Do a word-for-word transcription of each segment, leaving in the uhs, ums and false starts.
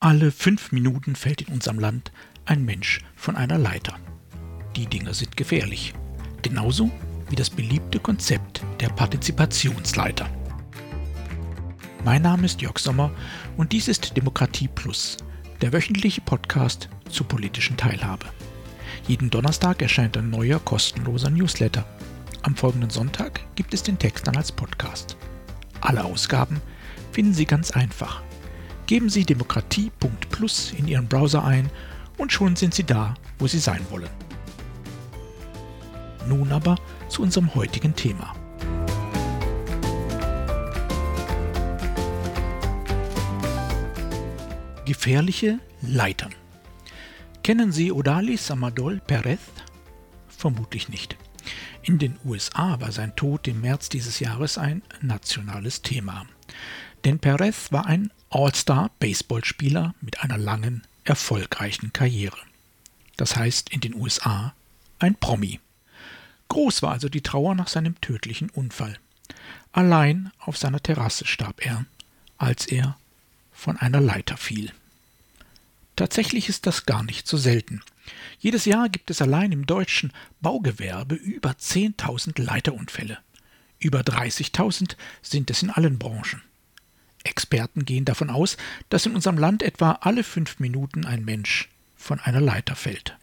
Alle fünf Minuten fällt in unserem Land ein Mensch von einer Leiter. Die Dinger sind gefährlich. Genauso wie das beliebte Konzept der Partizipationsleiter. Mein Name ist Jörg Sommer und dies ist Demokratie Plus, der wöchentliche Podcast zur politischen Teilhabe. Jeden Donnerstag erscheint ein neuer kostenloser Newsletter. Am folgenden Sonntag gibt es den Text dann als Podcast. Alle Ausgaben finden Sie ganz einfach. Geben Sie demokratie Punkt plus in Ihren Browser ein und schon sind Sie da, wo Sie sein wollen. Nun aber zu unserem heutigen Thema. Gefährliche Leitern. Kennen Sie Odalis Amador Pérez? Vermutlich nicht. In den U S A war sein Tod im März dieses Jahres ein nationales Thema. Denn Pérez war ein All-Star-Baseballspieler mit einer langen, erfolgreichen Karriere. Das heißt in den U S A ein Promi. Groß war also die Trauer nach seinem tödlichen Unfall. Allein auf seiner Terrasse starb er, als er von einer Leiter fiel. Tatsächlich ist das gar nicht so selten. Jedes Jahr gibt es allein im deutschen Baugewerbe über zehntausend Leiterunfälle. Über dreißigtausend sind es in allen Branchen. Experten gehen davon aus, dass in unserem Land etwa alle fünf Minuten ein Mensch von einer Leiter fällt.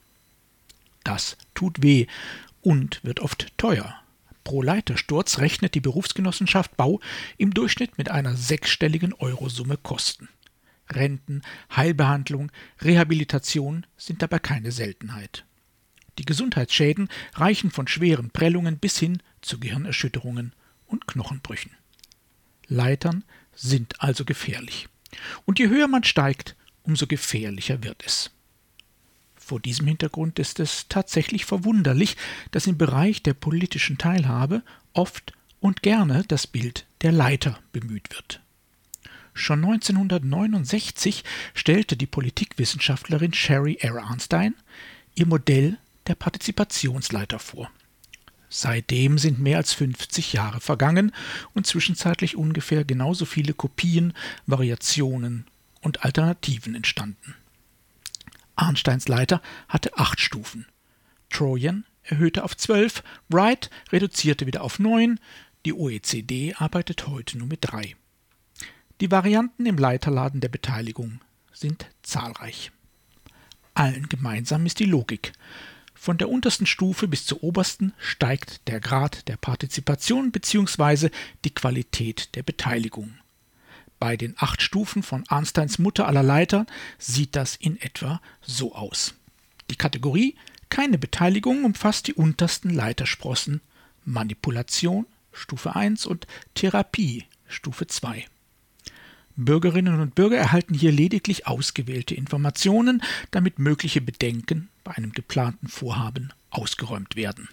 Das tut weh und wird oft teuer. Pro Leitersturz rechnet die Berufsgenossenschaft Bau im Durchschnitt mit einer sechsstelligen Eurosumme Kosten. Renten, Heilbehandlung, Rehabilitation sind dabei keine Seltenheit. Die Gesundheitsschäden reichen von schweren Prellungen bis hin zu Gehirnerschütterungen und Knochenbrüchen. Leitern sind also gefährlich. Und je höher man steigt, umso gefährlicher wird es. Vor diesem Hintergrund ist es tatsächlich verwunderlich, dass im Bereich der politischen Teilhabe oft und gerne das Bild der Leiter bemüht wird. Schon neunzehnhundertneunundsechzig stellte die Politikwissenschaftlerin Sherry R. Arnstein ihr Modell der Partizipationsleiter vor. Seitdem sind mehr als fünfzig Jahre vergangen und zwischenzeitlich ungefähr genauso viele Kopien, Variationen und Alternativen entstanden. Arnsteins Leiter hatte acht Stufen. Trojan erhöhte auf zwölf, Wright reduzierte wieder auf neun, die O E C D arbeitet heute nur mit drei. Die Varianten im Leiterladen der Beteiligung sind zahlreich. Allen gemeinsam ist die Logik. Von der untersten Stufe bis zur obersten steigt der Grad der Partizipation bzw. die Qualität der Beteiligung. Bei den acht Stufen von Arnsteins Mutter aller Leiter sieht das in etwa so aus. Die Kategorie keine Beteiligung umfasst die untersten Leitersprossen Manipulation Stufe eins und Therapie Stufe zwei. Bürgerinnen und Bürger erhalten hier lediglich ausgewählte Informationen, damit mögliche Bedenken bei einem geplanten Vorhaben ausgeräumt werden.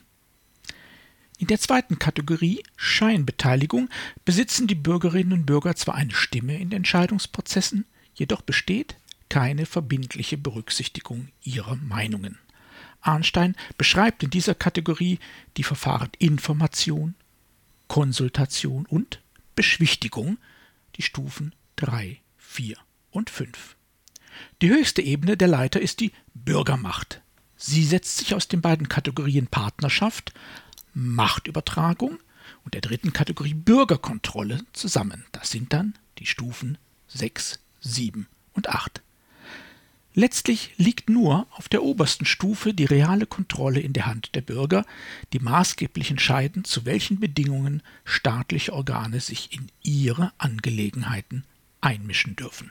In der zweiten Kategorie Scheinbeteiligung besitzen die Bürgerinnen und Bürger zwar eine Stimme in Entscheidungsprozessen, jedoch besteht keine verbindliche Berücksichtigung ihrer Meinungen. Arnstein beschreibt in dieser Kategorie die Verfahren Information, Konsultation und Beschwichtigung, die Stufen drei, vier und fünf. Die höchste Ebene der Leiter ist die Bürgermacht. Sie setzt sich aus den beiden Kategorien Partnerschaft, Machtübertragung und der dritten Kategorie Bürgerkontrolle zusammen. Das sind dann die Stufen sechs, sieben und acht. Letztlich liegt nur auf der obersten Stufe die reale Kontrolle in der Hand der Bürger, die maßgeblich entscheiden, zu welchen Bedingungen staatliche Organe sich in ihre Angelegenheiten einmischen dürfen.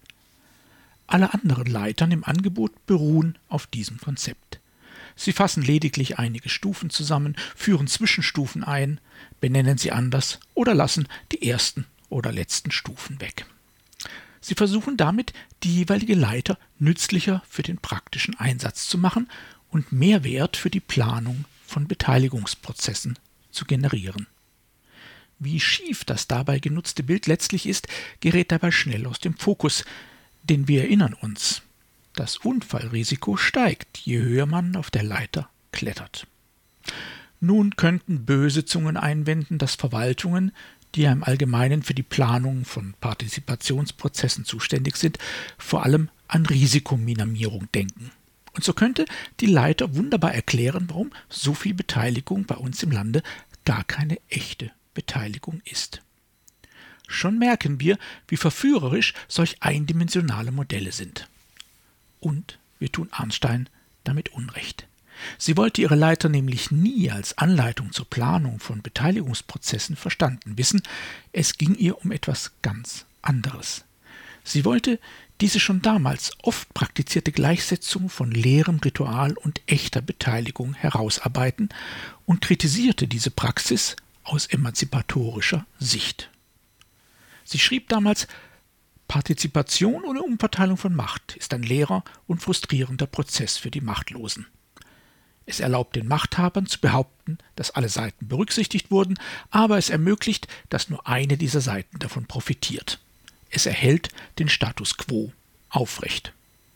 Alle anderen Leitern im Angebot beruhen auf diesem Konzept. Sie fassen lediglich einige Stufen zusammen, führen Zwischenstufen ein, benennen sie anders oder lassen die ersten oder letzten Stufen weg. Sie versuchen damit, die jeweilige Leiter nützlicher für den praktischen Einsatz zu machen und Mehrwert für die Planung von Beteiligungsprozessen zu generieren. Wie schief das dabei genutzte Bild letztlich ist, gerät dabei schnell aus dem Fokus, denn wir erinnern uns, das Unfallrisiko steigt, je höher man auf der Leiter klettert. Nun könnten böse Zungen einwenden, dass Verwaltungen, die ja im Allgemeinen für die Planung von Partizipationsprozessen zuständig sind, vor allem an Risikominimierung denken. Und so könnte die Leiter wunderbar erklären, warum so viel Beteiligung bei uns im Lande gar keine echte Beteiligung ist. Schon merken wir, wie verführerisch solch eindimensionale Modelle sind. Und wir tun Arnstein damit Unrecht. Sie wollte ihre Leiter nämlich nie als Anleitung zur Planung von Beteiligungsprozessen verstanden wissen. Es ging ihr um etwas ganz anderes. Sie wollte diese schon damals oft praktizierte Gleichsetzung von leerem Ritual und echter Beteiligung herausarbeiten und kritisierte diese Praxis aus emanzipatorischer Sicht. Sie schrieb damals: Partizipation ohne Umverteilung von Macht ist ein leerer und frustrierender Prozess für die Machtlosen. Es erlaubt den Machthabern zu behaupten, dass alle Seiten berücksichtigt wurden, aber es ermöglicht, dass nur eine dieser Seiten davon profitiert. Es erhält den Status quo aufrecht.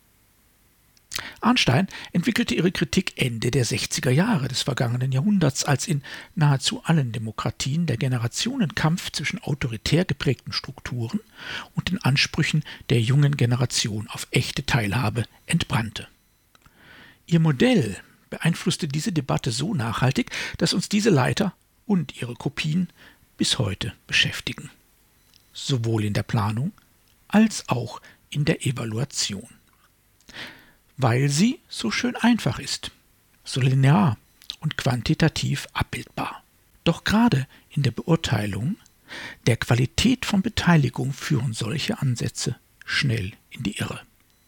Arnstein entwickelte ihre Kritik Ende der sechziger Jahre des vergangenen Jahrhunderts, als in nahezu allen Demokratien der Generationenkampf zwischen autoritär geprägten Strukturen und den Ansprüchen der jungen Generation auf echte Teilhabe entbrannte. Ihr Modell beeinflusste diese Debatte so nachhaltig, dass uns diese Leiter und ihre Kopien bis heute beschäftigen. Sowohl in der Planung als auch in der Evaluation. Weil sie so schön einfach ist, so linear und quantitativ abbildbar. Doch gerade in der Beurteilung der Qualität von Beteiligung führen solche Ansätze schnell in die Irre.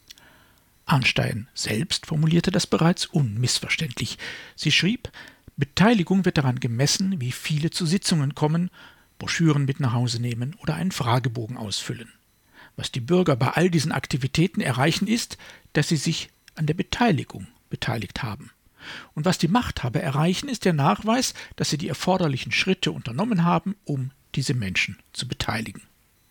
Arnstein selbst formulierte das bereits unmissverständlich. Sie schrieb: Beteiligung wird daran gemessen, wie viele zu Sitzungen kommen, Broschüren mit nach Hause nehmen oder einen Fragebogen ausfüllen. Was die Bürger bei all diesen Aktivitäten erreichen, ist, dass sie sich an der Beteiligung beteiligt haben. Und was die Machthaber erreichen, ist der Nachweis, dass sie die erforderlichen Schritte unternommen haben, um diese Menschen zu beteiligen.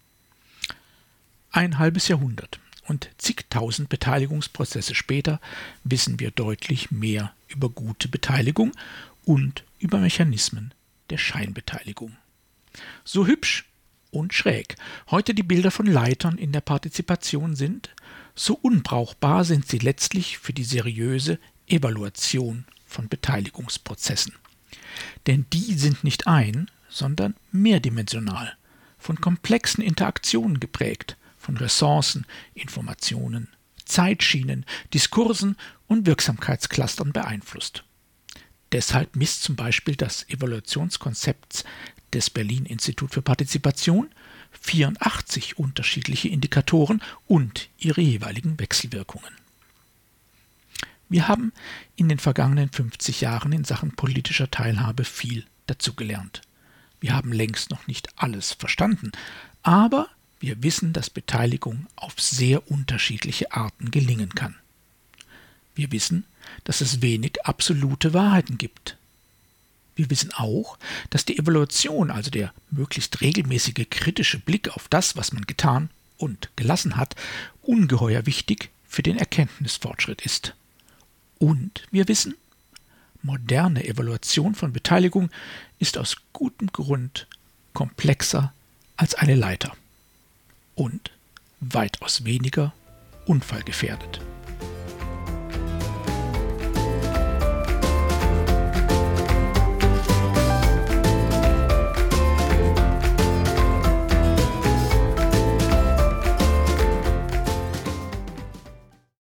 Ein halbes Jahrhundert und zigtausend Beteiligungsprozesse später wissen wir deutlich mehr über gute Beteiligung und über Mechanismen der Scheinbeteiligung. So hübsch und schräg heute die Bilder von Leitern in der Partizipation sind, so unbrauchbar sind sie letztlich für die seriöse Evaluation von Beteiligungsprozessen. Denn die sind nicht ein, sondern mehrdimensional, von komplexen Interaktionen geprägt, von Ressourcen, Informationen, Zeitschienen, Diskursen und Wirksamkeitsclustern beeinflusst. Deshalb misst zum Beispiel das Evaluationskonzept des Berlin Institut für Partizipation vierundachtzig unterschiedliche Indikatoren und ihre jeweiligen Wechselwirkungen. Wir haben in den vergangenen fünfzig Jahren in Sachen politischer Teilhabe viel dazugelernt. Wir haben längst noch nicht alles verstanden, aber wir wissen, dass Beteiligung auf sehr unterschiedliche Arten gelingen kann. Wir wissen, dass es wenig absolute Wahrheiten gibt. Wir wissen auch, dass die Evaluation, also der möglichst regelmäßige kritische Blick auf das, was man getan und gelassen hat, ungeheuer wichtig für den Erkenntnisfortschritt ist. Und wir wissen, moderne Evaluation von Beteiligung ist aus gutem Grund komplexer als eine Leiter und weitaus weniger unfallgefährdet.